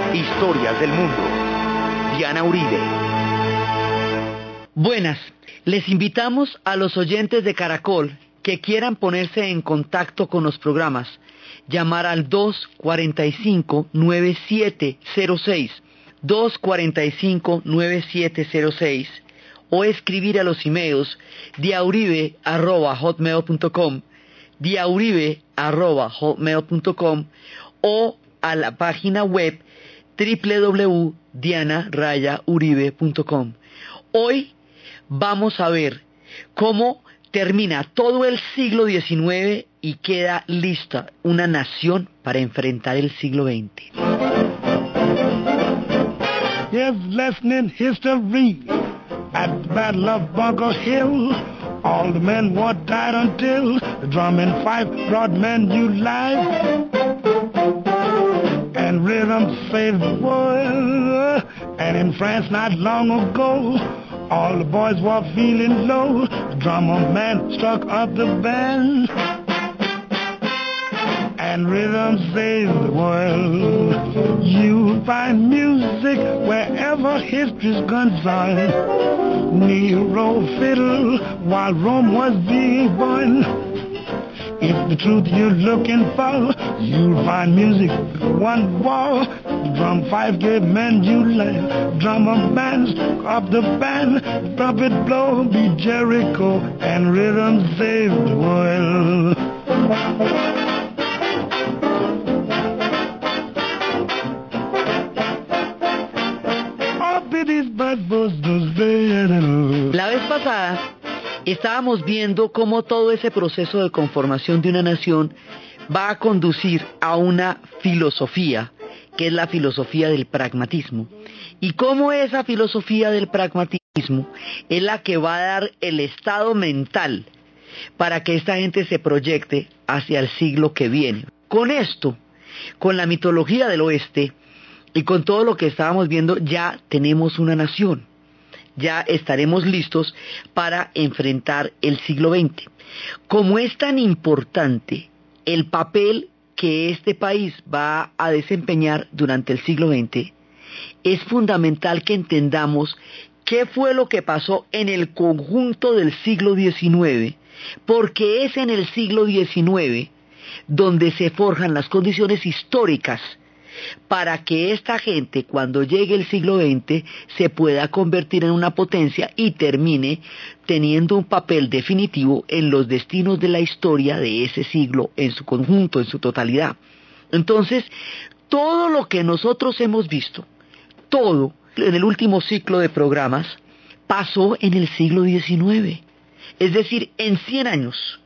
Historias del mundo. Diana Uribe. Buenas, les invitamos a los oyentes de Caracol que quieran ponerse en contacto con los programas, llamar al 245-9706, 245-9706, o escribir a los emails diauribe@hotmail.com, diauribe@hotmail.com, o a la página web www.diana-uribe.com. Hoy vamos a ver cómo termina todo el siglo XIX y queda lista una nación para enfrentar el siglo XX. Here's a lesson in history. At the Battle of Bunker Hill, all the men were died until the drum and fife brought men new life. And rhythm saved the world. And in France not long ago, all the boys were feeling low. The drummer man struck up the band. And rhythm saves the world. You find music wherever history's concerned. Nero fiddled while Rome was being born. If the truth you're looking for, you'll find music one wall. The drum fife gave men new life. Drummer bands up the band. Trumpet blow beat Jericho, and rhythm saved the world. La vez pasada estábamos viendo cómo todo ese proceso de conformación de una nación va a conducir a una filosofía, que es la filosofía del pragmatismo, y cómo esa filosofía del pragmatismo es la que va a dar el estado mental para que esta gente se proyecte hacia el siglo que viene. Con esto, con la mitología del oeste y con todo lo que estábamos viendo, ya tenemos una nación. Ya estaremos listos para enfrentar el siglo XX. Como es tan importante el papel que este país va a desempeñar durante el siglo XX, es fundamental que entendamos qué fue lo que pasó en el conjunto del siglo XIX, porque es en el siglo XIX donde se forjan las condiciones históricas para que esta gente, cuando llegue el siglo XX, se pueda convertir en una potencia y termine teniendo un papel definitivo en los destinos de la historia de ese siglo en su conjunto, en su totalidad. Entonces, todo lo que nosotros hemos visto, todo en el último ciclo de programas, pasó en el siglo XIX. Es decir, en 100 años,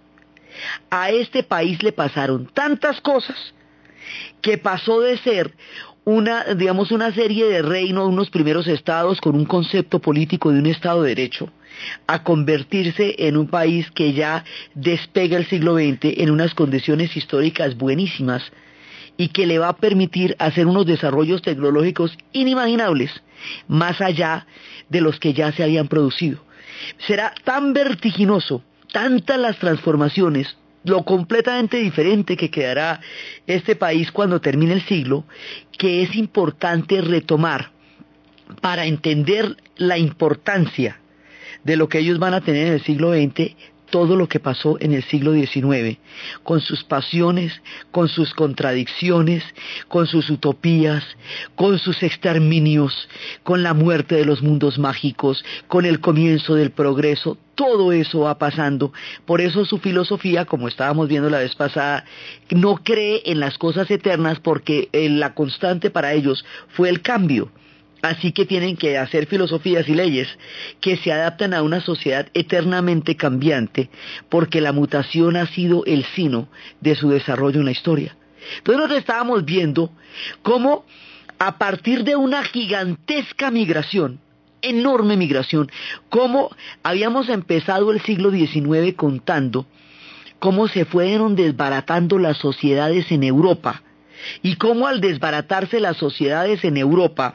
a este país le pasaron tantas cosas que pasó de ser una serie de reinos, unos primeros estados con un concepto político de un estado de derecho, a convertirse en un país que ya despega el siglo XX en unas condiciones históricas buenísimas y que le va a permitir hacer unos desarrollos tecnológicos inimaginables, más allá de los que ya se habían producido. Será tan vertiginoso, tantas las transformaciones, lo completamente diferente que quedará este país cuando termine el siglo, que es importante retomar para entender la importancia de lo que ellos van a tener en el siglo XX, todo lo que pasó en el siglo XIX, con sus pasiones, con sus contradicciones, con sus utopías, con sus exterminios, con la muerte de los mundos mágicos, con el comienzo del progreso. Todo eso va pasando. Por eso su filosofía, como estábamos viendo la vez pasada, no cree en las cosas eternas, porque la constante para ellos fue el cambio. Así que tienen que hacer filosofías y leyes que se adaptan a una sociedad eternamente cambiante, porque la mutación ha sido el sino de su desarrollo en la historia. Entonces nosotros estábamos viendo cómo a partir de una gigantesca migración, enorme migración, cómo habíamos empezado el siglo XIX contando cómo se fueron desbaratando las sociedades en Europa, y cómo al desbaratarse las sociedades en Europa,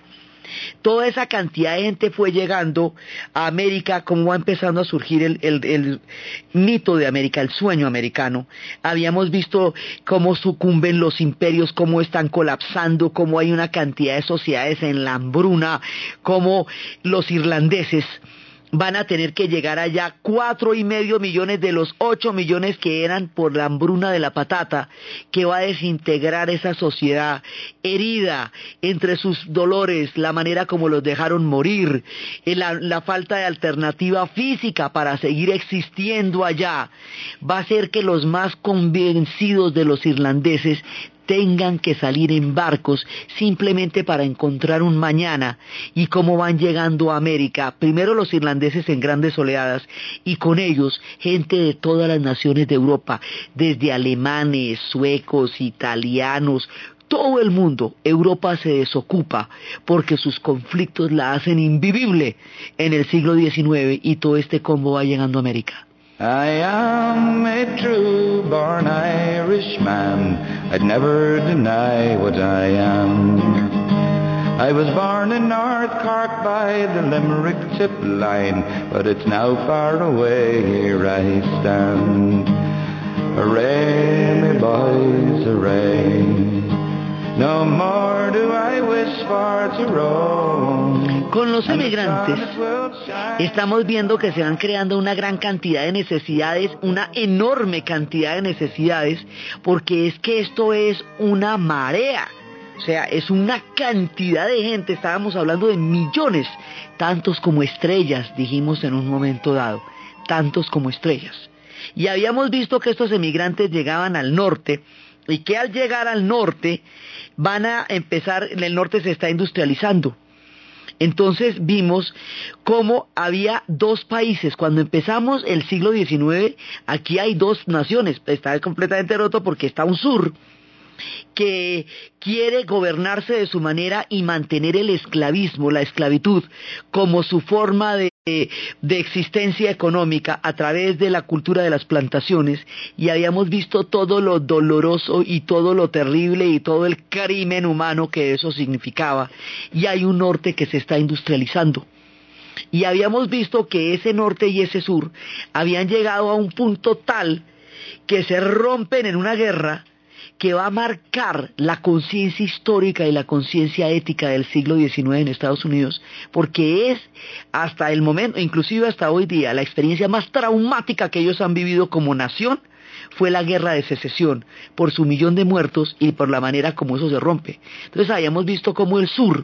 Toda esa cantidad de gente fue llegando a América, cómo va empezando a surgir el mito de América, el sueño americano. Habíamos visto cómo sucumben los imperios, cómo están colapsando, cómo hay una cantidad de sociedades en la hambruna, cómo los irlandeses van a tener que llegar allá 4,5 millones de los 8 millones que eran por la hambruna de la patata, que va a desintegrar esa sociedad herida entre sus dolores, la manera como los dejaron morir, la falta de alternativa física para seguir existiendo allá, va a hacer que los más convencidos de los irlandeses tengan que salir en barcos simplemente para encontrar un mañana, y cómo van llegando a América, primero los irlandeses en grandes oleadas, y con ellos gente de todas las naciones de Europa, desde alemanes, suecos, italianos, todo el mundo. Europa se desocupa porque sus conflictos la hacen invivible en el siglo XIX, y todo este combo va llegando a América. I am a true-born Irishman. I'd never deny what I am. I was born in North Cork by the Limerick tip line, but it's now far away, here I stand. Hooray, me boys, hooray. No more do I wish for to roam. Con los emigrantes estamos viendo que se van creando una gran cantidad de necesidades, una enorme cantidad de necesidades, porque es que esto es una marea, o sea, es una cantidad de gente, estábamos hablando de millones, tantos como estrellas, dijimos en un momento dado, tantos como estrellas. Y habíamos visto que estos emigrantes llegaban al norte, y que al llegar al norte van a empezar, el norte se está industrializando. Entonces vimos cómo había dos países. Cuando empezamos el siglo XIX, aquí hay dos naciones. Está completamente roto porque está un sur que quiere gobernarse de su manera y mantener el esclavismo, la esclavitud, como su forma de existencia económica a través de la cultura de las plantaciones, y habíamos visto todo lo doloroso y todo lo terrible y todo el crimen humano que eso significaba, y hay un norte que se está industrializando. Y habíamos visto que ese norte y ese sur habían llegado a un punto tal que se rompen en una guerra que va a marcar la conciencia histórica y la conciencia ética del siglo XIX en Estados Unidos, porque es hasta el momento, inclusive hasta hoy día, la experiencia más traumática que ellos han vivido como nación fue la guerra de secesión, por su 1,000,000 de muertos y por la manera como eso se rompe. Entonces habíamos visto cómo el sur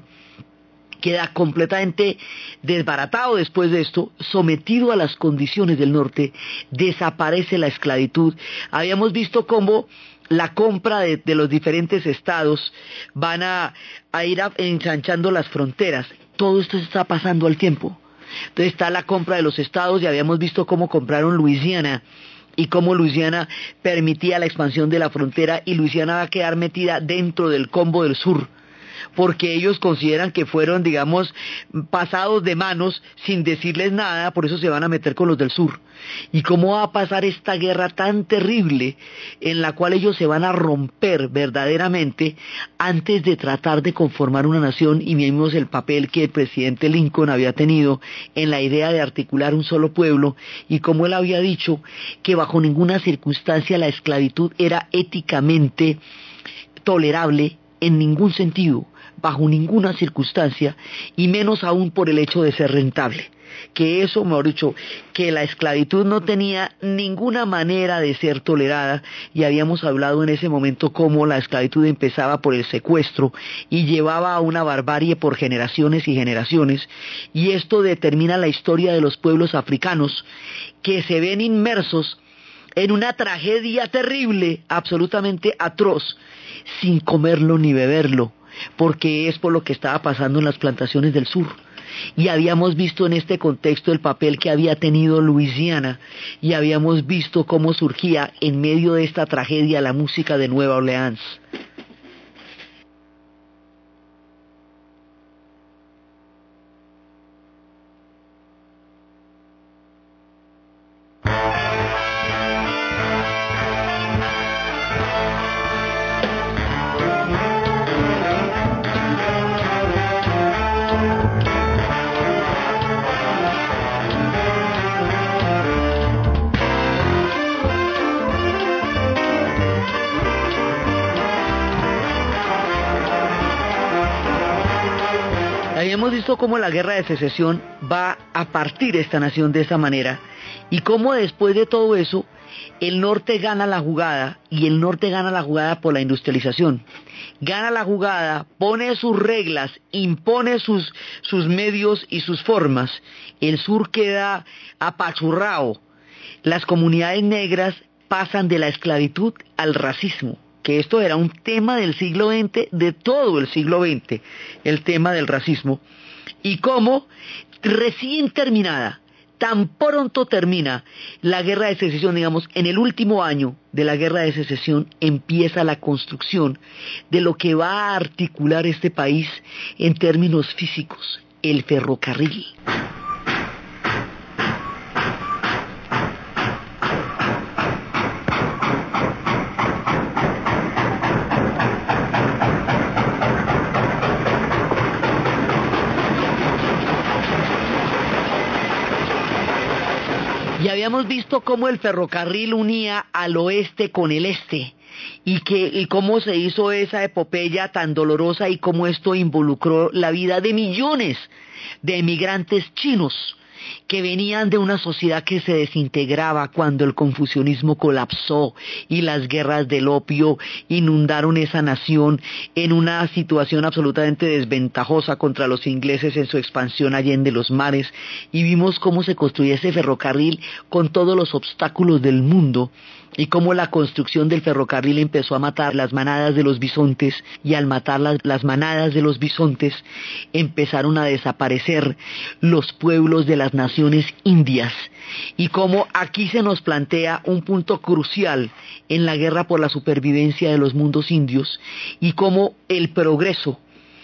queda completamente desbaratado después de esto, sometido a las condiciones del norte, desaparece la esclavitud. Habíamos visto cómo la compra de los diferentes estados van a ir ensanchando las fronteras. Todo esto está pasando al tiempo. Entonces está la compra de los estados, y habíamos visto cómo compraron Luisiana y cómo Luisiana permitía la expansión de la frontera, y Luisiana va a quedar metida dentro del combo del sur, porque ellos consideran que fueron, digamos, pasados de manos sin decirles nada, por eso se van a meter con los del sur. ¿Y cómo va a pasar esta guerra tan terrible en la cual ellos se van a romper verdaderamente antes de tratar de conformar una nación? Y vimos el papel que el presidente Lincoln había tenido en la idea de articular un solo pueblo, y cómo él había dicho que bajo ninguna circunstancia la esclavitud era éticamente tolerable en ningún sentido, bajo ninguna circunstancia, y menos aún por el hecho de ser rentable. Que eso, mejor dicho, que la esclavitud no tenía ninguna manera de ser tolerada, y habíamos hablado en ese momento cómo la esclavitud empezaba por el secuestro y llevaba a una barbarie por generaciones y generaciones, y esto determina la historia de los pueblos africanos que se ven inmersos en una tragedia terrible, absolutamente atroz, sin comerlo ni beberlo, porque es por lo que estaba pasando en las plantaciones del sur. Y habíamos visto en este contexto el papel que había tenido Luisiana, y habíamos visto cómo surgía en medio de esta tragedia la música de Nueva Orleans. Habíamos visto cómo la guerra de secesión va a partir esta nación de esta manera y cómo después de todo eso el norte gana la jugada, y el norte gana la jugada por la industrialización. Gana la jugada, pone sus reglas, impone sus medios y sus formas. El sur queda apachurrado. Las comunidades negras pasan de la esclavitud al racismo, que esto era un tema del siglo XX, de todo el siglo XX, el tema del racismo. Y cómo recién terminada, tan pronto termina la guerra de secesión, digamos, en el último año de la guerra de secesión empieza la construcción de lo que va a articular este país en términos físicos, el ferrocarril. Y habíamos visto cómo el ferrocarril unía al oeste con el este y cómo se hizo esa epopeya tan dolorosa y cómo esto involucró la vida de millones de emigrantes chinos que venían de una sociedad que se desintegraba cuando el confucianismo colapsó y las guerras del opio inundaron esa nación en una situación absolutamente desventajosa contra los ingleses en su expansión allende los mares, y vimos cómo se construía ese ferrocarril con todos los obstáculos del mundo y cómo la construcción del ferrocarril empezó a matar las manadas de los bisontes, y al matar las manadas de los bisontes empezaron a desaparecer los pueblos de las naciones indias, y cómo aquí se nos plantea un punto crucial en la guerra por la supervivencia de los mundos indios, y cómo el progreso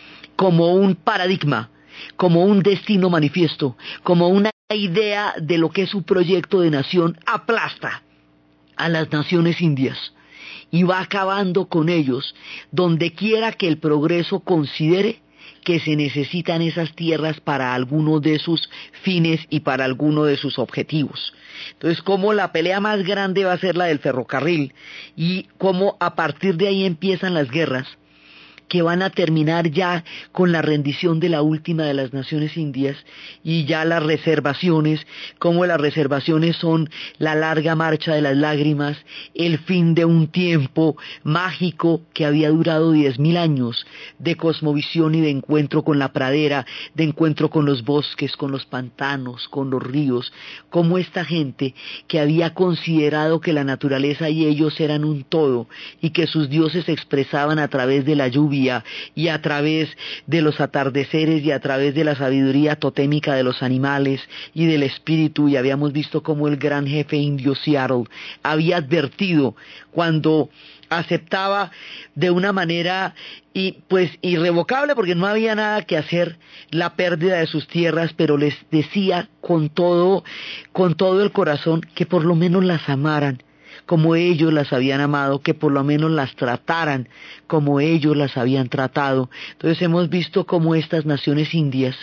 como un paradigma, como un destino manifiesto, como una idea de lo que es un proyecto de nación, aplasta a las naciones indias y va acabando con ellos donde quiera que el progreso considere que se necesitan esas tierras para alguno de sus fines y para alguno de sus objetivos. Entonces, como la pelea más grande va a ser la del ferrocarril, y cómo a partir de ahí empiezan las guerras que van a terminar ya con la rendición de la última de las naciones indias, y ya las reservaciones, como las reservaciones son la larga marcha de las lágrimas, el fin de un tiempo mágico que había durado 10.000 años de cosmovisión y de encuentro con la pradera, de encuentro con los bosques, con los pantanos, con los ríos, como esta gente que había considerado que la naturaleza y ellos eran un todo y que sus dioses se expresaban a través de la lluvia y a través de los atardeceres y a través de la sabiduría totémica de los animales y del espíritu. Y habíamos visto cómo el gran jefe indio Seattle había advertido cuando aceptaba de una manera irrevocable, porque no había nada que hacer, la pérdida de sus tierras, pero les decía con todo el corazón que por lo menos las amaran como ellos las habían amado, que por lo menos las trataran como ellos las habían tratado. Entonces hemos visto cómo estas naciones indias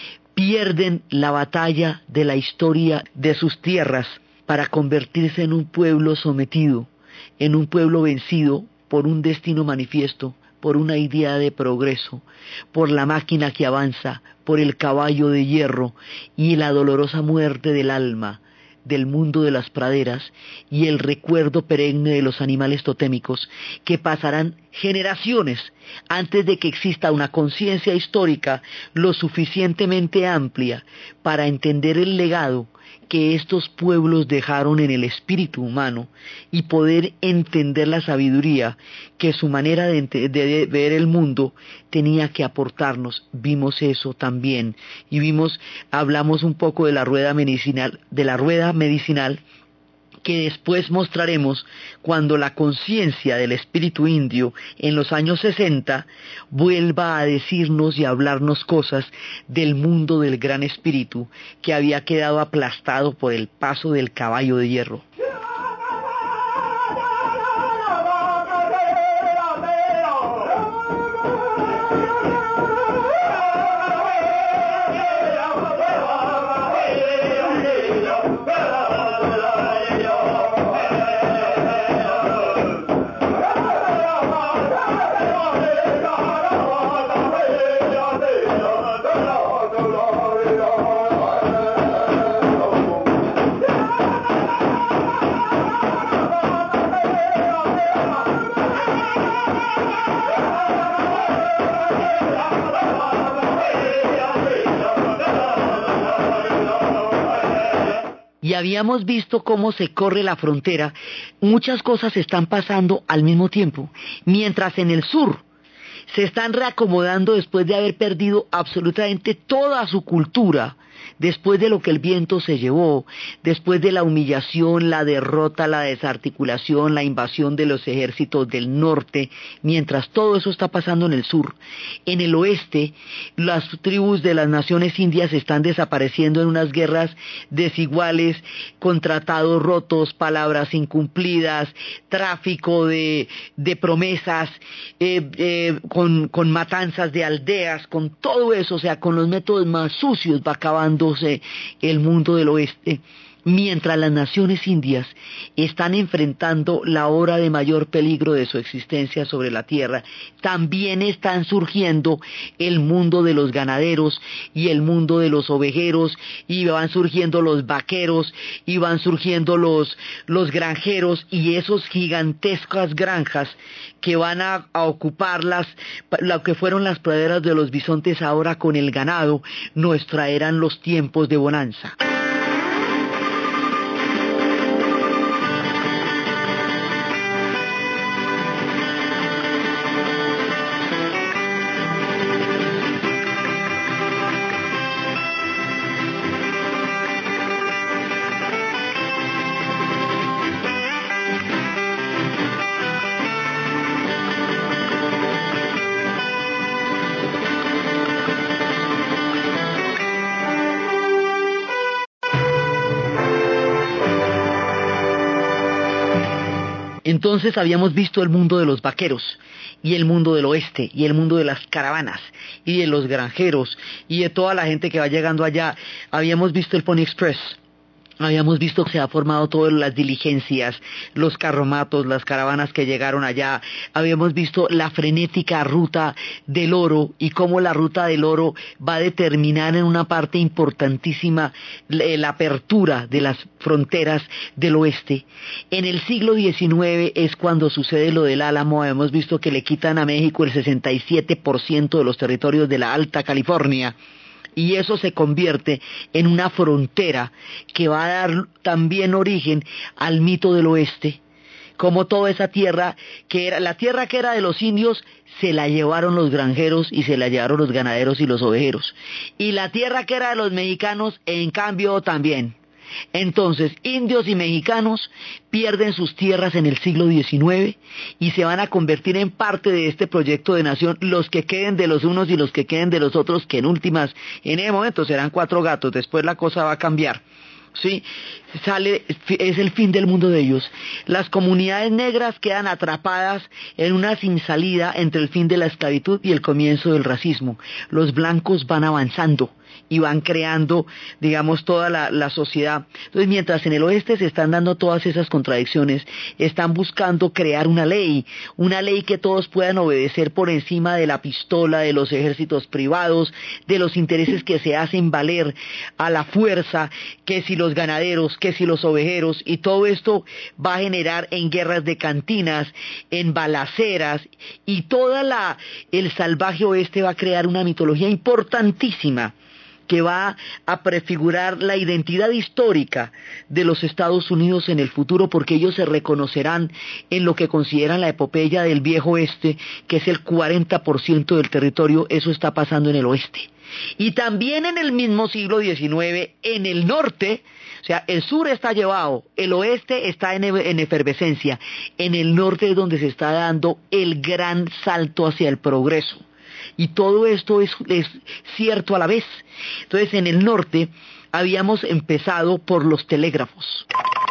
pierden la batalla de la historia de sus tierras para convertirse en un pueblo sometido, en un pueblo vencido por un destino manifiesto, por una idea de progreso, por la máquina que avanza, por el caballo de hierro y la dolorosa muerte del alma, del mundo de las praderas y el recuerdo perenne de los animales totémicos, que pasarán generaciones antes de que exista una conciencia histórica lo suficientemente amplia para entender el legado que estos pueblos dejaron en el espíritu humano y poder entender la sabiduría que su manera de ver el mundo tenía que aportarnos. Vimos eso también y hablamos un poco de la rueda medicinal, que después mostraremos cuando la conciencia del espíritu indio en los años 60 vuelva a decirnos y a hablarnos cosas del mundo del gran espíritu que había quedado aplastado por el paso del caballo de hierro. y habíamos visto cómo se corre la frontera, muchas cosas están pasando al mismo tiempo, mientras en el sur se están reacomodando después de haber perdido absolutamente toda su cultura, después de lo que el viento se llevó, después de la humillación, la derrota, la desarticulación, la invasión de los ejércitos del norte, mientras todo eso está pasando en el sur. En el oeste, las tribus de las naciones indias están desapareciendo en unas guerras desiguales, con tratados rotos, palabras incumplidas, tráfico de promesas, con matanzas de aldeas, con todo eso, o sea, con los métodos más sucios va acabándose el mundo del oeste, mientras las naciones indias están enfrentando la hora de mayor peligro de su existencia sobre la tierra. También están surgiendo el mundo de los ganaderos y el mundo de los ovejeros, y van surgiendo los vaqueros, y van surgiendo los granjeros, y esos gigantescas granjas que van a ocupar lo que fueron las praderas de los bisontes ahora con el ganado, nos traerán los tiempos de bonanza. Entonces habíamos visto el mundo de los vaqueros, y el mundo del oeste, y el mundo de las caravanas, y de los granjeros, y de toda la gente que va llegando allá. Habíamos visto el Pony Express, habíamos visto que se ha formado todas las diligencias, los carromatos, las caravanas que llegaron allá. Habíamos visto la frenética ruta del oro y cómo la ruta del oro va a determinar en una parte importantísima la apertura de las fronteras del oeste. En el siglo XIX es cuando sucede lo del Álamo. Habíamos visto que le quitan a México el 67% de los territorios de la Alta California. Y eso se convierte en una frontera que va a dar también origen al mito del oeste, como toda esa tierra que era de los indios, se la llevaron los granjeros y se la llevaron los ganaderos y los ovejeros, y la tierra que era de los mexicanos, en cambio, también. Entonces, indios y mexicanos pierden sus tierras en el siglo XIX y se van a convertir en parte de este proyecto de nación, los que queden de los unos y los que queden de los otros, que en ese momento serán 4 gatos, después la cosa va a cambiar. Sí, es el fin del mundo de ellos. Las comunidades negras quedan atrapadas en una sin salida entre el fin de la esclavitud y el comienzo del racismo. Los blancos van avanzando y van creando, digamos, toda la sociedad. Entonces, mientras en el oeste se están dando todas esas contradicciones, están buscando crear una ley que todos puedan obedecer por encima de la pistola, de los ejércitos privados, de los intereses que se hacen valer a la fuerza, que si los ganaderos, que si los ovejeros, y todo esto va a generar en guerras de cantinas, en balaceras, y el salvaje oeste va a crear una mitología importantísima que va a prefigurar la identidad histórica de los Estados Unidos en el futuro, porque ellos se reconocerán en lo que consideran la epopeya del viejo oeste, que es el 40% del territorio. Eso está pasando en el oeste. Y también en el mismo siglo XIX, en el norte, o sea, el sur está llevado, el oeste está en efervescencia, en el norte es donde se está dando el gran salto hacia el progreso. Y todo esto es cierto a la vez. Entonces, en el norte habíamos empezado por los telégrafos.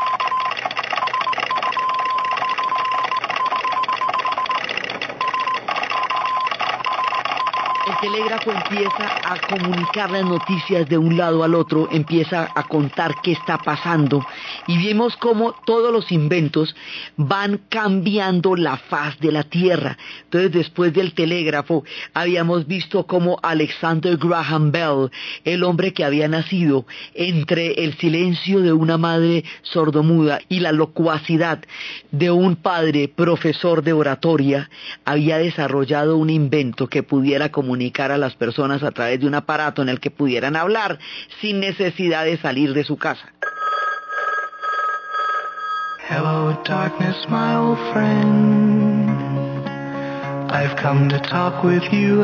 El telégrafo empieza a comunicar las noticias de un lado al otro, empieza a contar qué está pasando, y vemos cómo todos los inventos van cambiando la faz de la tierra. Entonces, después del telégrafo, habíamos visto cómo Alexander Graham Bell, el hombre que había nacido entre el silencio de una madre sordomuda y la locuacidad de un padre profesor de oratoria, había desarrollado un invento que pudiera comunicar a las personas a través de un aparato en el que pudieran hablar sin necesidad de salir de su casa. Hello, darkness, my old friend. I've come to talk with you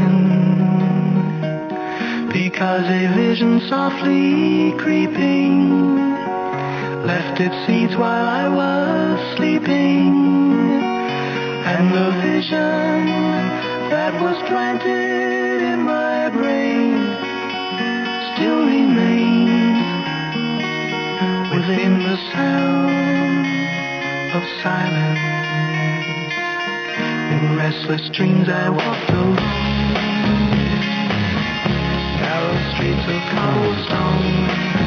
again, because a vision softly creeping left its seeds while I was sleeping, and the vision that was planted in my brain still remains within the sound of silence. In restless dreams I walked alone, narrow streets of cobblestone,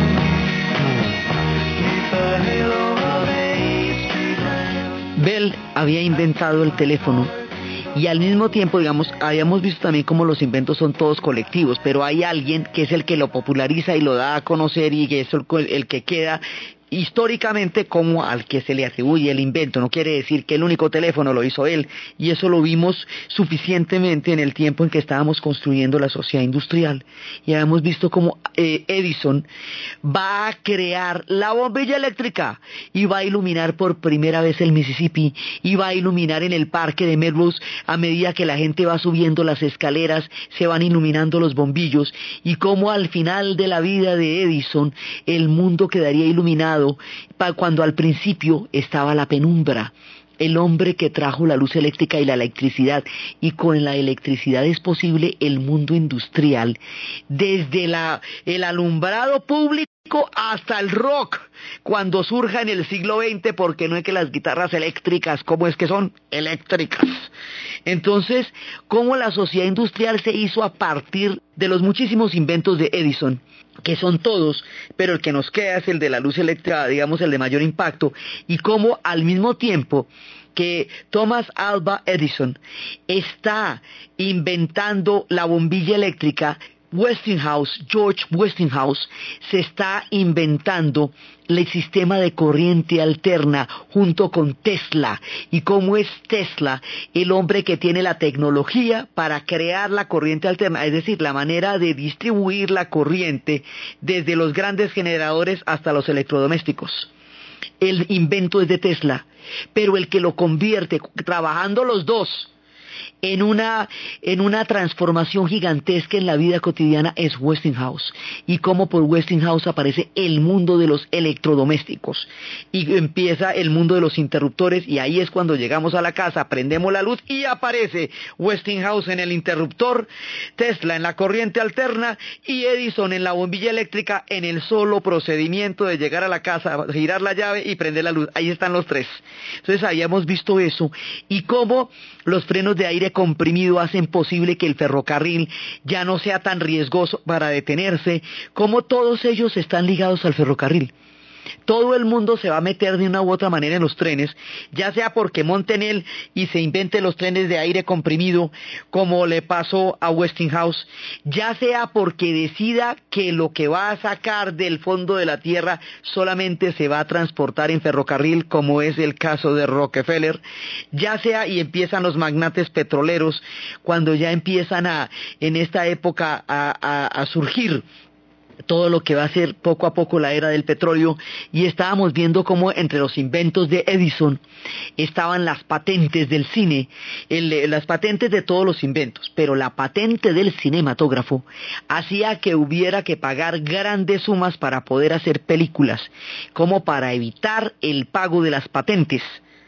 neath the halo of a street lamp. Bell había inventado el teléfono y al mismo tiempo, digamos, habíamos visto también cómo los inventos son todos colectivos, pero hay alguien que es el que lo populariza y lo da a conocer y que es el que queda históricamente como al que se le atribuye el invento. No quiere decir que el único teléfono lo hizo él, y eso lo vimos suficientemente en el tiempo en que estábamos construyendo la sociedad industrial, y habíamos visto cómo Edison va a crear la bombilla eléctrica y va a iluminar por primera vez el Mississippi, y va a iluminar en el parque de Melrose. A medida que la gente va subiendo las escaleras se van iluminando los bombillos, y cómo al final de la vida de Edison el mundo quedaría iluminado cuando al principio estaba la penumbra. El hombre que trajo la luz eléctrica y la electricidad, y con la electricidad es posible el mundo industrial, desde el alumbrado público hasta el rock, cuando surja en el siglo XX, porque no es que las guitarras eléctricas, ¿cómo es que son? Eléctricas. Entonces, cómo la sociedad industrial se hizo a partir de los muchísimos inventos de Edison, que son todos, pero el que nos queda es el de la luz eléctrica, digamos el de mayor impacto, y cómo al mismo tiempo que Thomas Alva Edison está inventando la bombilla eléctrica, George Westinghouse se está inventando el sistema de corriente alterna junto con Tesla, y cómo es Tesla el hombre que tiene la tecnología para crear la corriente alterna, es decir, la manera de distribuir la corriente desde los grandes generadores hasta los electrodomésticos. El invento es de Tesla, pero el que lo convierte, trabajando los dos, en una transformación gigantesca en la vida cotidiana, es Westinghouse, y cómo por Westinghouse aparece el mundo de los electrodomésticos y empieza el mundo de los interruptores, y ahí es cuando llegamos a la casa, prendemos la luz y aparece Westinghouse en el interruptor, Tesla en la corriente alterna y Edison en la bombilla eléctrica, en el solo procedimiento de llegar a la casa, girar la llave y prender la luz. Ahí están los tres. Entonces habíamos visto eso, y cómo los frenos de aire comprimido hacen posible que el ferrocarril ya no sea tan riesgoso para detenerse, como todos ellos están ligados al ferrocarril. Todo el mundo se va a meter de una u otra manera en los trenes, ya sea porque monten él y se inventen los trenes de aire comprimido, como le pasó a Westinghouse, ya sea porque decida que lo que va a sacar del fondo de la tierra solamente se va a transportar en ferrocarril, como es el caso de Rockefeller, ya sea, y empiezan los magnates petroleros, cuando ya empiezan en esta época a surgir todo lo que va a ser poco a poco la era del petróleo, y estábamos viendo cómo entre los inventos de Edison estaban las patentes del cine, las patentes de todos los inventos, pero la patente del cinematógrafo hacía que hubiera que pagar grandes sumas para poder hacer películas. Como para evitar el pago de las patentes,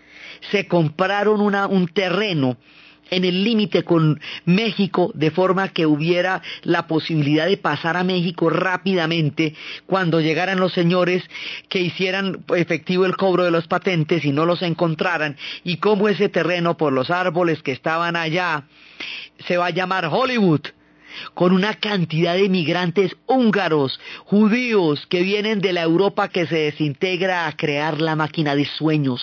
se compraron un terreno en el límite con México, de forma que hubiera la posibilidad de pasar a México rápidamente cuando llegaran los señores que hicieran efectivo el cobro de las patentes y no los encontraran, y cómo ese terreno, por los árboles que estaban allá, se va a llamar Hollywood, con una cantidad de migrantes húngaros, judíos, que vienen de la Europa que se desintegra a crear la máquina de sueños.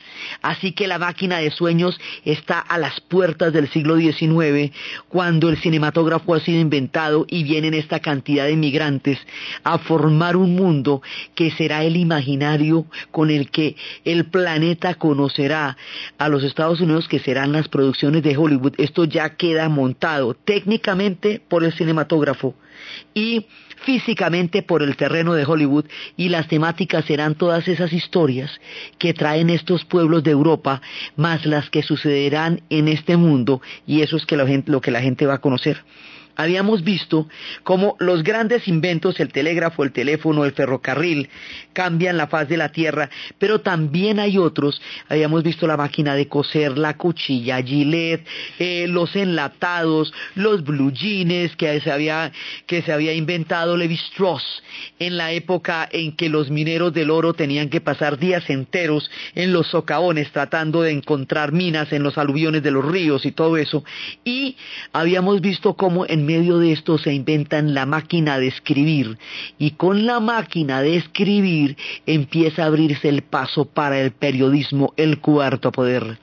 Así que la máquina de sueños está a las puertas del siglo XIX, cuando el cinematógrafo ha sido inventado, y vienen esta cantidad de inmigrantes a formar un mundo que será el imaginario con el que el planeta conocerá a los Estados Unidos, que serán las producciones de Hollywood. Esto ya queda montado técnicamente por el cinematógrafo, y físicamente por el terreno de Hollywood, y las temáticas serán todas esas historias que traen estos pueblos de Europa, más las que sucederán en este mundo, y eso es que lo que la gente va a conocer. Habíamos visto cómo los grandes inventos, el telégrafo, el teléfono, el ferrocarril, cambian la faz de la Tierra, pero también hay otros. Habíamos visto la máquina de coser, la cuchilla Gillette, los enlatados, los blue jeans que se había inventado Levi Strauss en la época en que los mineros del oro tenían que pasar días enteros en los socavones tratando de encontrar minas en los aluviones de los ríos y todo eso. Y habíamos visto cómo en medio de esto se inventan la máquina de escribir, y con la máquina de escribir empieza a abrirse el paso para el periodismo, el cuarto poder.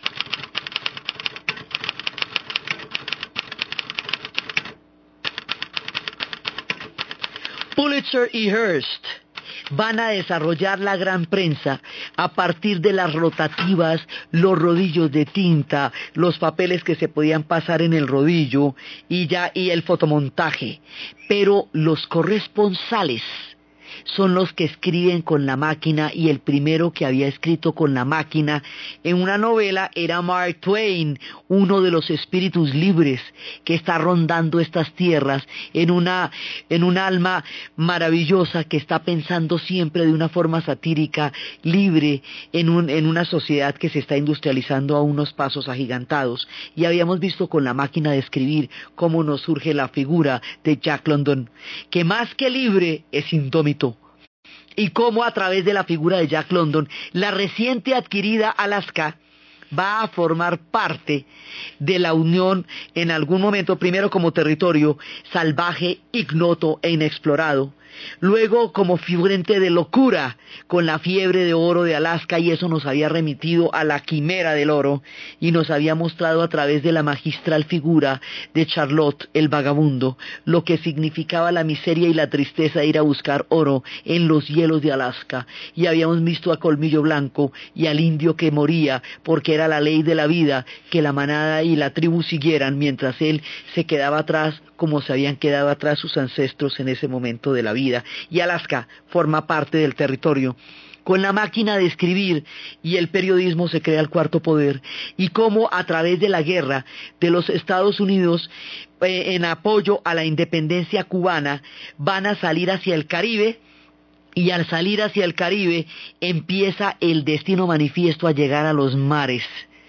Pulitzer y Hearst van a desarrollar la gran prensa a partir de las rotativas, los rodillos de tinta, los papeles que se podían pasar en el rodillo y el fotomontaje. Pero los corresponsales son los que escriben con la máquina, y el primero que había escrito con la máquina en una novela era Mark Twain, uno de los espíritus libres que está rondando estas tierras en un alma maravillosa que está pensando siempre de una forma satírica, libre, en una sociedad que se está industrializando a unos pasos agigantados. Y habíamos visto con la máquina de escribir cómo nos surge la figura de Jack London, que más que libre es indómito, y cómo a través de la figura de Jack London, la reciente adquirida Alaska va a formar parte de la Unión en algún momento, primero como territorio salvaje, ignoto e inexplorado, luego como fuente de locura con la fiebre de oro de Alaska, y eso nos había remitido a la quimera del oro, y nos había mostrado a través de la magistral figura de Charlotte el vagabundo lo que significaba la miseria y la tristeza de ir a buscar oro en los hielos de Alaska. Y habíamos visto a Colmillo Blanco y al indio que moría porque era la ley de la vida que la manada y la tribu siguieran, mientras él se quedaba atrás como se habían quedado atrás sus ancestros en ese momento de la vida. Y Alaska forma parte del territorio. Con la máquina de escribir y el periodismo se crea el cuarto poder, y cómo a través de la guerra de los Estados Unidos en apoyo a la independencia cubana van a salir hacia el Caribe, y al salir hacia el Caribe empieza el destino manifiesto a llegar a los mares.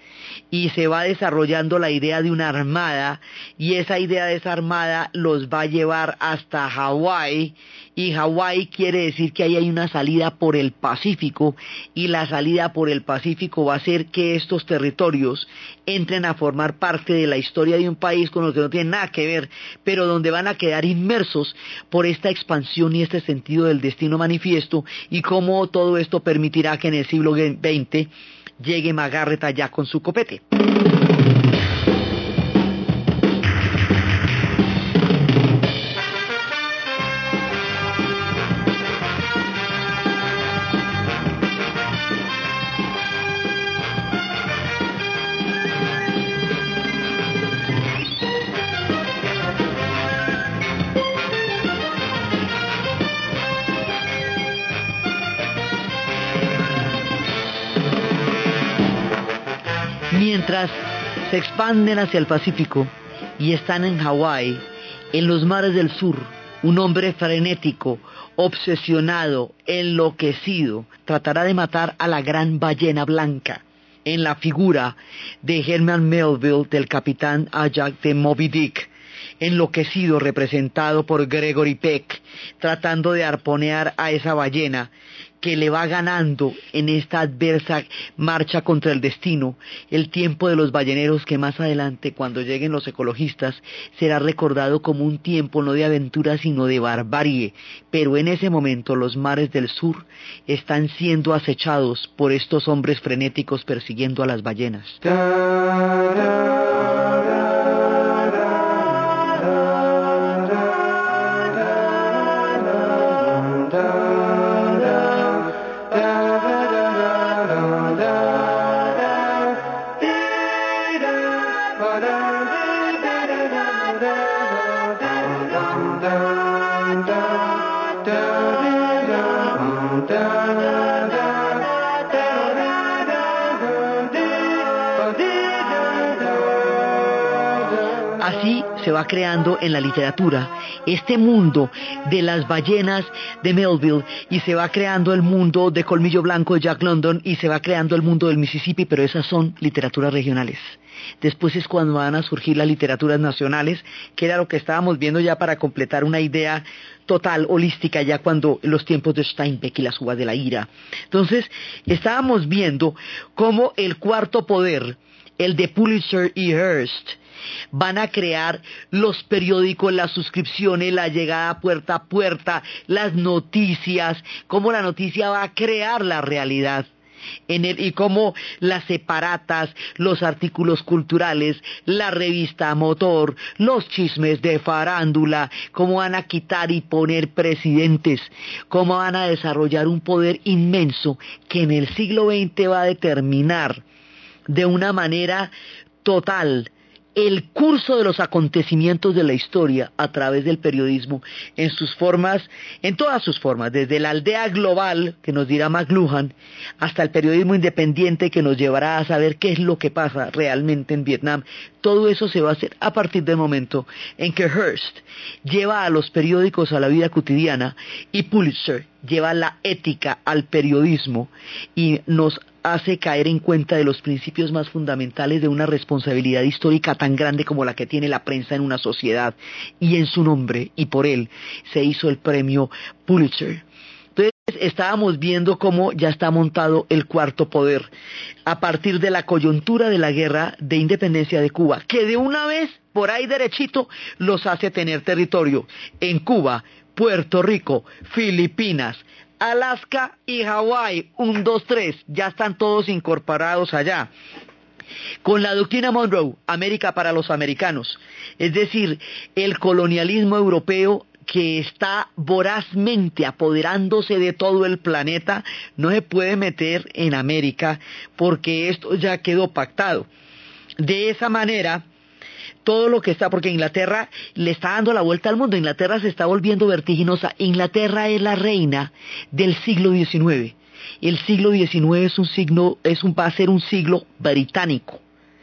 Y se va desarrollando la idea de una armada, y esa idea de esa armada los va a llevar hasta Hawái, y Hawái quiere decir que ahí hay una salida por el Pacífico, y la salida por el Pacífico va a hacer que estos territorios entren a formar parte de la historia de un país con lo que no tiene nada que ver, pero donde van a quedar inmersos por esta expansión y este sentido del destino manifiesto, y cómo todo esto permitirá que en el siglo XX llegue Magarret allá con su copete. Mientras se expanden hacia el Pacífico y están en Hawái, en los mares del sur, un hombre frenético, obsesionado, enloquecido, tratará de matar a la gran ballena blanca, en la figura de Herman Melville, del capitán Ajak de Moby Dick, enloquecido, representado por Gregory Peck, tratando de arponear a esa ballena que le va ganando en esta adversa marcha contra el destino, el tiempo de los balleneros, que más adelante, cuando lleguen los ecologistas, será recordado como un tiempo no de aventura sino de barbarie. Pero en ese momento los mares del sur están siendo acechados por estos hombres frenéticos persiguiendo a las ballenas. Así se va creando en la literatura este mundo de las ballenas de Melville, y se va creando el mundo de Colmillo Blanco de Jack London, y se va creando el mundo del Mississippi, pero esas son literaturas regionales. Después es cuando van a surgir las literaturas nacionales, que era lo que estábamos viendo ya para completar una idea total, holística, ya cuando los tiempos de Steinbeck y las uvas de la ira. Entonces, estábamos viendo cómo el cuarto poder, el de Pulitzer y Hearst, van a crear los periódicos, las suscripciones, la llegada puerta a puerta, las noticias, cómo la noticia va a crear la realidad. Y cómo las separatas, los artículos culturales, la revista Motor, los chismes de farándula, cómo van a quitar y poner presidentes, cómo van a desarrollar un poder inmenso que en el siglo XX va a determinar de una manera total el curso de los acontecimientos de la historia a través del periodismo en sus formas, en todas sus formas, desde la aldea global, que nos dirá McLuhan, hasta el periodismo independiente, que nos llevará a saber qué es lo que pasa realmente en Vietnam. Todo eso se va a hacer a partir del momento en que Hearst lleva a los periódicos a la vida cotidiana y Pulitzer lleva la ética al periodismo y nos hace caer en cuenta de los principios más fundamentales de una responsabilidad histórica tan grande como la que tiene la prensa en una sociedad, y en su nombre y por él se hizo el premio Pulitzer. Entonces estábamos viendo cómo ya está montado el cuarto poder a partir de la coyuntura de la guerra de independencia de Cuba, que de una vez por ahí derechito los hace tener territorio en Cuba, Puerto Rico, Filipinas, Alaska y Hawái. 1, 2, 3, ya están todos incorporados allá. Con la doctrina Monroe, América para los americanos, es decir, el colonialismo europeo que está vorazmente apoderándose de todo el planeta, no se puede meter en América porque esto ya quedó pactado. De esa manera, todo lo que está, porque Inglaterra le está dando la vuelta al mundo, Inglaterra se está volviendo vertiginosa. Inglaterra es la reina del siglo XIX. El siglo XIX va a ser un siglo británico.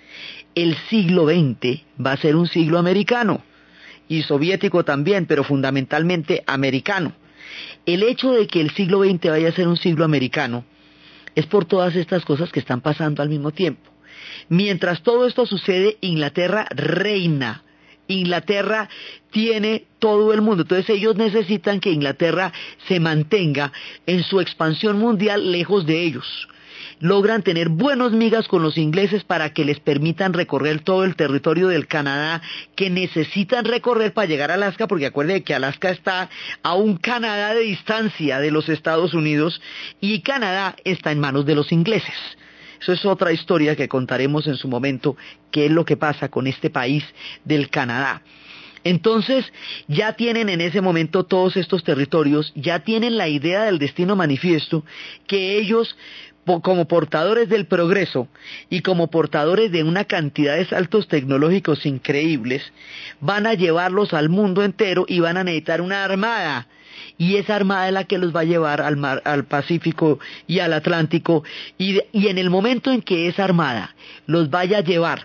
El siglo XX va a ser un siglo americano y soviético también, pero fundamentalmente americano. El hecho de que el siglo XX vaya a ser un siglo americano es por todas estas cosas que están pasando al mismo tiempo. Mientras todo esto sucede, Inglaterra reina. Inglaterra tiene todo el mundo. Entonces ellos necesitan que Inglaterra se mantenga en su expansión mundial lejos de ellos. Logran tener buenos migas con los ingleses para que les permitan recorrer todo el territorio del Canadá que necesitan recorrer para llegar a Alaska, porque acuérdense que Alaska está a un Canadá de distancia de los Estados Unidos y Canadá está en manos de los ingleses. Eso es otra historia que contaremos en su momento, qué es lo que pasa con este país del Canadá. Entonces, ya tienen en ese momento todos estos territorios, ya tienen la idea del destino manifiesto, que ellos, como portadores del progreso y como portadores de una cantidad de saltos tecnológicos increíbles, van a llevarlos al mundo entero y van a necesitar una armada. Y esa armada es la que los va a llevar al mar, al Pacífico y al Atlántico, y en el momento en que esa armada los vaya a llevar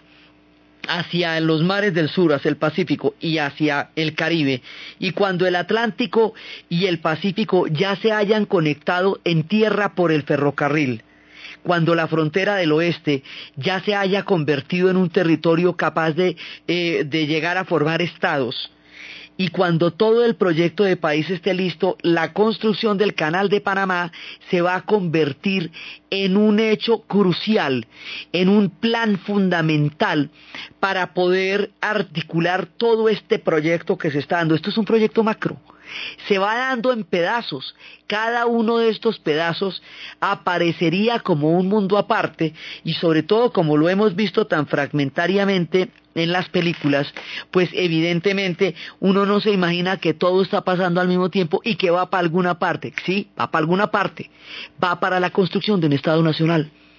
hacia los mares del sur, hacia el Pacífico y hacia el Caribe, y cuando el Atlántico y el Pacífico ya se hayan conectado en tierra por el ferrocarril, cuando la frontera del oeste ya se haya convertido en un territorio capaz de llegar a formar estados, y cuando todo el proyecto de país esté listo, la construcción del Canal de Panamá se va a convertir en un hecho crucial, en un plan fundamental para poder articular todo este proyecto que se está dando. Esto es un proyecto macro. Se va dando en pedazos. Cada uno de estos pedazos aparecería como un mundo aparte, y sobre todo, como lo hemos visto tan fragmentariamente en las películas, pues evidentemente uno no se imagina que todo está pasando al mismo tiempo y que va para alguna parte. Sí, va para alguna parte. Va para la construcción de un Estado nacional.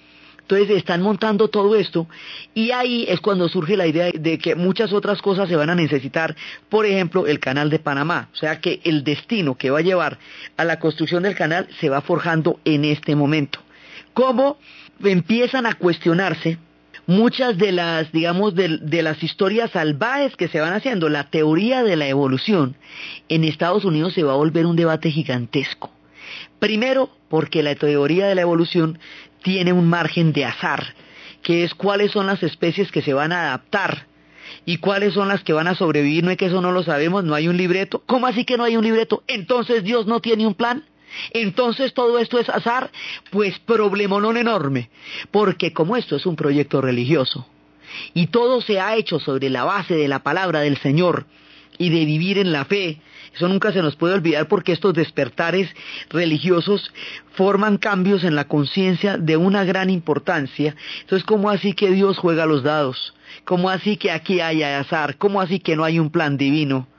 Entonces están montando todo esto y ahí es cuando surge la idea de que muchas otras cosas se van a necesitar, por ejemplo, el canal de Panamá. O sea que el destino que va a llevar a la construcción del canal se va forjando en este momento. ¿Cómo empiezan a cuestionarse muchas de las, digamos, de las historias salvajes que se van haciendo? La teoría de la evolución en Estados Unidos se va a volver un debate gigantesco. Primero, porque la teoría de la evolución tiene un margen de azar, que es cuáles son las especies que se van a adaptar y cuáles son las que van a sobrevivir. No es que eso no lo sabemos, no hay un libreto. ¿Cómo así que no hay un libreto? Entonces Dios no tiene un plan. Entonces todo esto es azar. Pues problemón enorme, porque como esto es un proyecto religioso y todo se ha hecho sobre la base de la palabra del Señor y de vivir en la fe, eso nunca se nos puede olvidar, porque estos despertares religiosos forman cambios en la conciencia de una gran importancia. Entonces, ¿cómo así que Dios juega los dados? ¿Cómo así que aquí hay azar? ¿Cómo así que no hay un plan divino?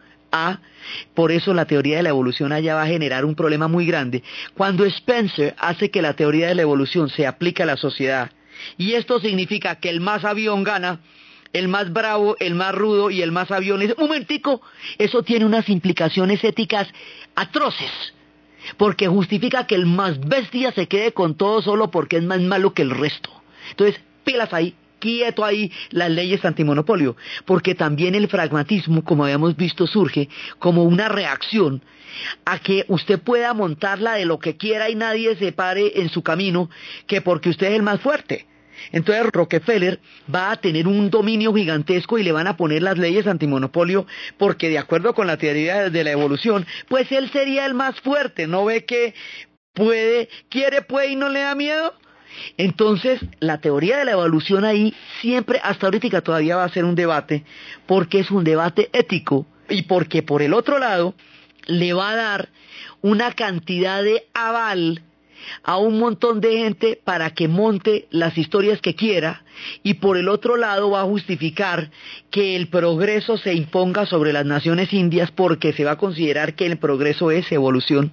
Por eso la teoría de la evolución allá va a generar un problema muy grande. Cuando Spencer hace que la teoría de la evolución se aplique a la sociedad, y esto significa que el más avión gana, el más bravo, el más rudo y el más avión. Un momentico, eso tiene unas implicaciones éticas atroces, porque justifica que el más bestia se quede con todo solo porque es más malo que el resto. Entonces, pilas ahí, quieto ahí las leyes antimonopolio, porque también el pragmatismo, como habíamos visto, surge como una reacción a que usted pueda montarla de lo que quiera y nadie se pare en su camino, que porque usted es el más fuerte. Entonces Rockefeller va a tener un dominio gigantesco y le van a poner las leyes antimonopolio, porque de acuerdo con la teoría de la evolución, pues él sería el más fuerte. ¿No ve que quiere, puede y no le da miedo? Entonces la teoría de la evolución ahí siempre, hasta ahorita todavía va a ser un debate, porque es un debate ético y porque por el otro lado le va a dar una cantidad de aval a un montón de gente para que monte las historias que quiera, y por el otro lado va a justificar que el progreso se imponga sobre las naciones indias, porque se va a considerar que el progreso es evolución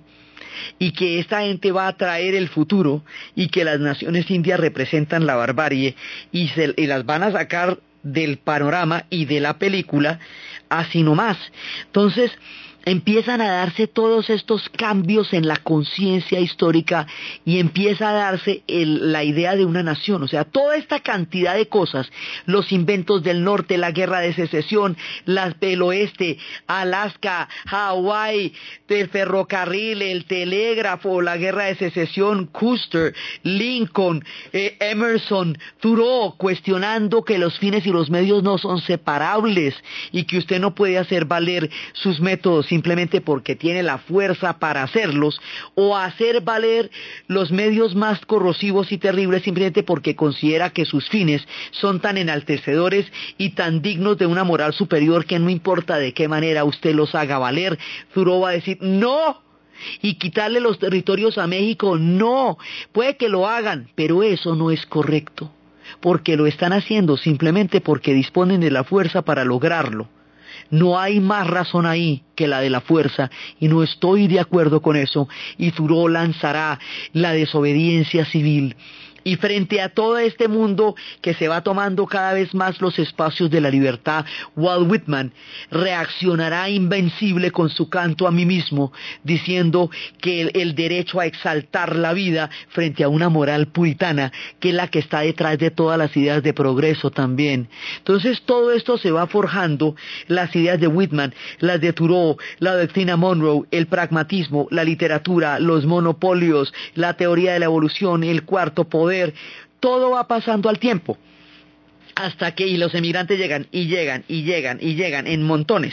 y que esta gente va a traer el futuro y que las naciones indias representan la barbarie y las van a sacar del panorama y de la película así nomás. Entonces empiezan a darse todos estos cambios en la conciencia histórica y empieza a darse la idea de una nación. O sea, toda esta cantidad de cosas, los inventos del norte, la guerra de secesión, del oeste, Alaska, Hawái, el ferrocarril, el telégrafo, la guerra de secesión, Custer, Lincoln, Emerson, Thoreau, cuestionando que los fines y los medios no son separables y que usted no puede hacer valer sus métodos simplemente porque tiene la fuerza para hacerlos, o hacer valer los medios más corrosivos y terribles simplemente porque considera que sus fines son tan enaltecedores y tan dignos de una moral superior que no importa de qué manera usted los haga valer. Thoreau va a decir ¡no! Y quitarle los territorios a México, no, puede que lo hagan, pero eso no es correcto, porque lo están haciendo simplemente porque disponen de la fuerza para lograrlo. No hay más razón ahí que la de la fuerza, y no estoy de acuerdo con eso, y Thoreau lanzará la desobediencia civil. Y frente a todo este mundo que se va tomando cada vez más los espacios de la libertad, Walt Whitman reaccionará invencible con su canto a mí mismo, diciendo que el derecho a exaltar la vida frente a una moral puritana, que es la que está detrás de todas las ideas de progreso también. Entonces todo esto se va forjando, las ideas de Whitman, las de Thoreau, la doctrina Monroe, el pragmatismo, la literatura, los monopolios, la teoría de la evolución, el cuarto poder. Todo va pasando al tiempo, hasta que y los emigrantes llegan y llegan y llegan y llegan en montones,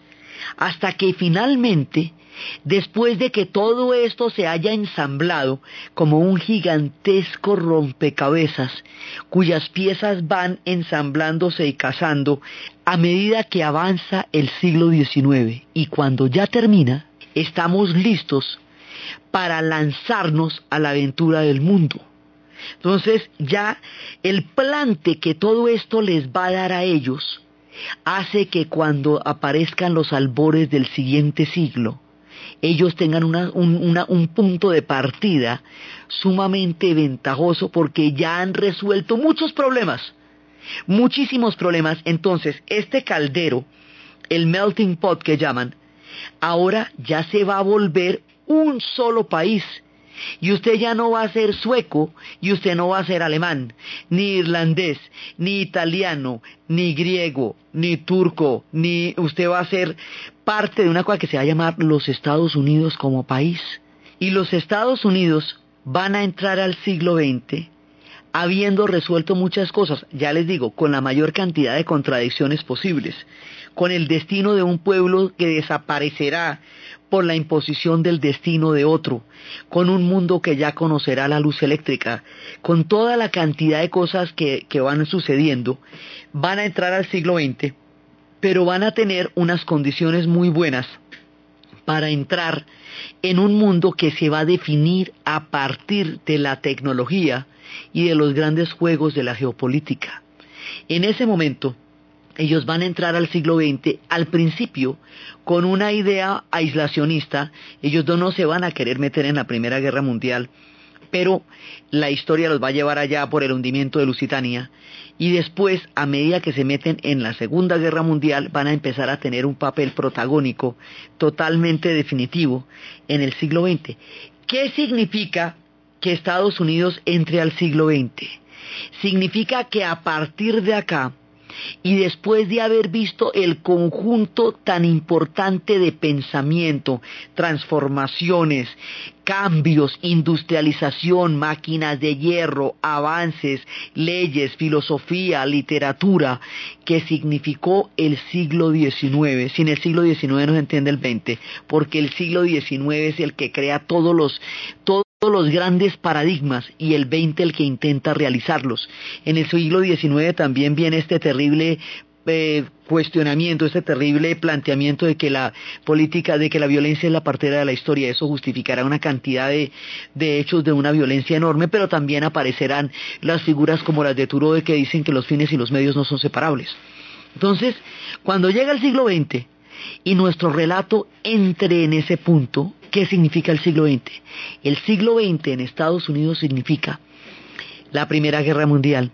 hasta que finalmente, después de que todo esto se haya ensamblado como un gigantesco rompecabezas, cuyas piezas van ensamblándose y casando a medida que avanza el siglo XIX, y cuando ya termina, estamos listos para lanzarnos a la aventura del mundo. Entonces ya el plante que todo esto les va a dar a ellos hace que cuando aparezcan los albores del siguiente siglo, ellos tengan un punto de partida sumamente ventajoso porque ya han resuelto muchos problemas, muchísimos problemas. Entonces, este caldero, el melting pot que llaman, ahora ya se va a volver un solo país. Y usted ya no va a ser sueco, y usted no va a ser alemán, ni irlandés, ni italiano, ni griego, ni turco, ni usted va a ser parte de una cosa que se va a llamar los Estados Unidos como país. Y los Estados Unidos van a entrar al siglo XX habiendo resuelto muchas cosas, ya les digo, con la mayor cantidad de contradicciones posibles, con el destino de un pueblo que desaparecerá por la imposición del destino de otro, con un mundo que ya conocerá la luz eléctrica, con toda la cantidad de cosas que van sucediendo, van a entrar al siglo XX, pero van a tener unas condiciones muy buenas para entrar en un mundo que se va a definir a partir de la tecnología y de los grandes juegos de la geopolítica. En ese momento, ellos van a entrar al siglo XX, al principio, con una idea aislacionista. Ellos no se van a querer meter en la Primera Guerra Mundial, pero la historia los va a llevar allá por el hundimiento de Lusitania, y después, a medida que se meten en la Segunda Guerra Mundial, van a empezar a tener un papel protagónico totalmente definitivo en el siglo XX. ¿Qué significa que Estados Unidos entre al siglo XX? Significa que a partir de acá, y después de haber visto el conjunto tan importante de pensamiento, transformaciones, cambios, industrialización, máquinas de hierro, avances, leyes, filosofía, literatura, que significó el siglo XIX. Sin el siglo XIX no se entiende el XX, porque el siglo XIX es el que crea todos los grandes paradigmas y el XX el que intenta realizarlos. En el siglo XIX también viene este terrible cuestionamiento, este terrible planteamiento de que la política, de que la violencia es la partera de la historia. Eso justificará una cantidad de hechos de una violencia enorme, pero también aparecerán las figuras como las de Thoreau, que dicen que los fines y los medios no son separables. Entonces, cuando llega el siglo XX y nuestro relato entre en ese punto, ¿qué significa el siglo XX? El siglo XX en Estados Unidos significa la Primera Guerra Mundial,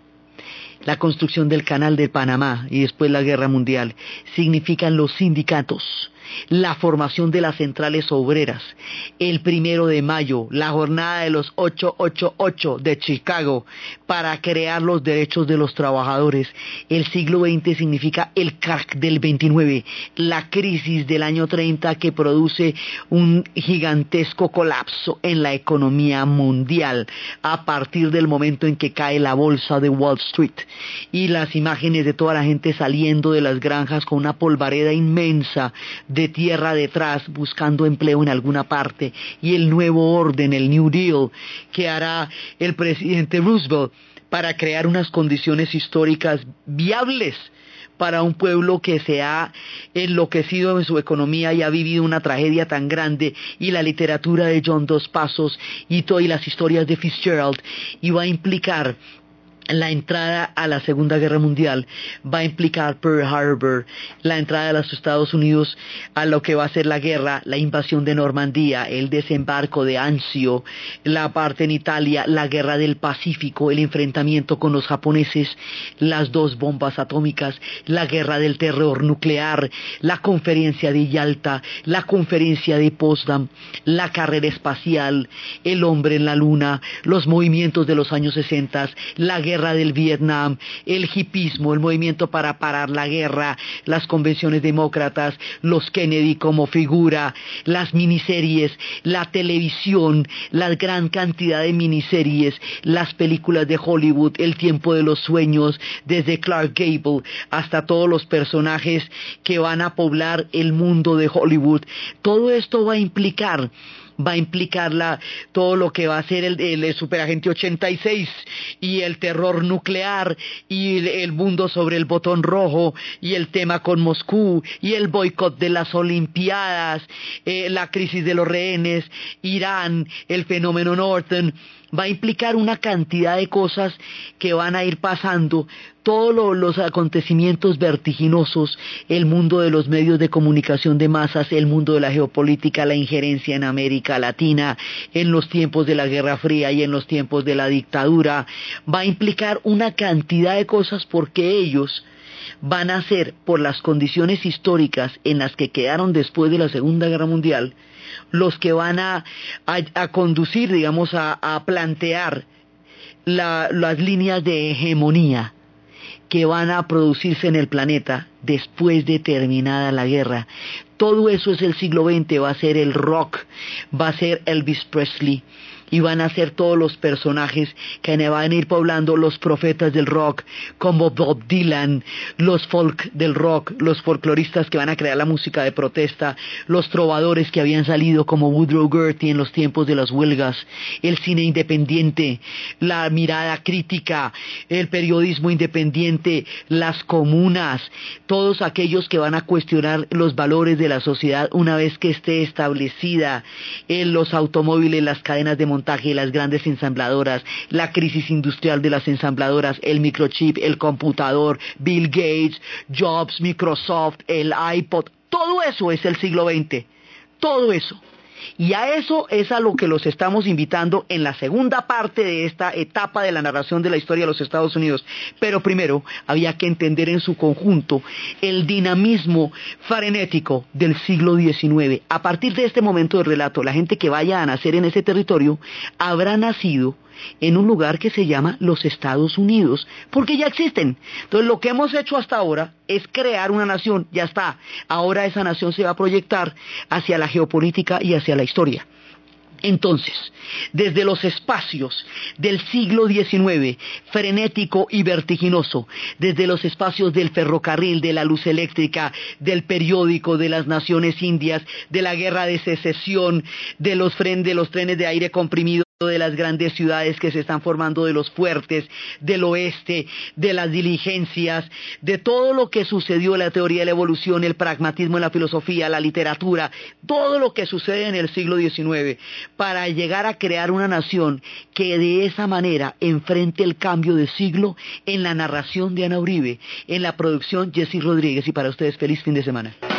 la construcción del Canal de Panamá y después la Guerra Mundial. Significan los sindicatos, la formación de las centrales obreras, el 1 de mayo, la jornada de los 888 de Chicago para crear los derechos de los trabajadores. El siglo XX significa el crack del 29, la crisis del año 30 que produce un gigantesco colapso en la economía mundial a partir del momento en que cae la bolsa de Wall Street, y las imágenes de toda la gente saliendo de las granjas con una polvareda inmensa de tierra detrás buscando empleo en alguna parte, y el nuevo orden, el New Deal que hará el presidente Roosevelt para crear unas condiciones históricas viables para un pueblo que se ha enloquecido en su economía y ha vivido una tragedia tan grande, y la literatura de John Dos Passos y las historias de Fitzgerald, y va a implicar la entrada a la Segunda Guerra Mundial, va a implicar Pearl Harbor, la entrada de los Estados Unidos a lo que va a ser la guerra, la invasión de Normandía, el desembarco de Anzio, la parte en Italia, la guerra del Pacífico, el enfrentamiento con los japoneses, las 2 bombas atómicas, la guerra del terror nuclear, la conferencia de Yalta, la conferencia de Potsdam, la carrera espacial, el hombre en la luna, los movimientos de los años 60, la guerra del Vietnam, el hipismo, el movimiento para parar la guerra, las convenciones demócratas, los Kennedy como figura, las miniseries, la televisión, la gran cantidad de miniseries, las películas de Hollywood, el tiempo de los sueños, desde Clark Gable hasta todos los personajes que van a poblar el mundo de Hollywood. Todo esto va a implicar todo lo que va a ser el Superagente 86 y el terror nuclear y el mundo sobre el botón rojo y el tema con Moscú y el boicot de las Olimpiadas, la crisis de los rehenes, Irán, el fenómeno Norton. Va a implicar una cantidad de cosas que van a ir pasando todos los acontecimientos vertiginosos, el mundo de los medios de comunicación de masas, el mundo de la geopolítica, la injerencia en América Latina, en los tiempos de la Guerra Fría y en los tiempos de la dictadura, va a implicar una cantidad de cosas porque ellos van a ser, por las condiciones históricas en las que quedaron después de la Segunda Guerra Mundial, los que van a conducir, digamos, a plantear las líneas de hegemonía que van a producirse en el planeta después de terminada la guerra. Todo eso es el siglo XX, va a ser el rock, va a ser Elvis Presley, y van a ser todos los personajes que van a ir poblando los profetas del rock, como Bob Dylan, los folk del rock, los folcloristas que van a crear la música de protesta, los trovadores que habían salido como Woodrow Gertie en los tiempos de las huelgas, el cine independiente, la mirada crítica, el periodismo independiente, las comunas, todos aquellos que van a cuestionar los valores de la sociedad una vez que esté establecida, los automóviles, las cadenas de montaje, las grandes ensambladoras, la crisis industrial de las ensambladoras, el microchip, el computador, Bill Gates, Jobs, Microsoft, el iPod, todo eso es el siglo XX, todo eso. Y a eso es a lo que los estamos invitando en la segunda parte de esta etapa de la narración de la historia de los Estados Unidos. Pero primero había que entender en su conjunto el dinamismo frenético del siglo XIX. A partir de este momento del relato, la gente que vaya a nacer en ese territorio habrá nacido en un lugar que se llama los Estados Unidos, porque ya existen. Entonces lo que hemos hecho hasta ahora es crear una nación, ya está. Ahora esa nación se va a proyectar hacia la geopolítica y hacia la historia. Entonces, desde los espacios del siglo XIX, frenético y vertiginoso, desde los espacios del ferrocarril, de la luz eléctrica, del periódico, de las naciones indias, de la guerra de secesión, de los trenes de aire comprimido, de las grandes ciudades que se están formando, de los fuertes, del oeste, de las diligencias, de todo lo que sucedió en la teoría de la evolución, el pragmatismo en la filosofía, la literatura, todo lo que sucede en el siglo XIX, para llegar a crear una nación que de esa manera enfrente el cambio de siglo. En la narración de Ana Uribe, en la producción Jessy Rodríguez, y para ustedes feliz fin de semana.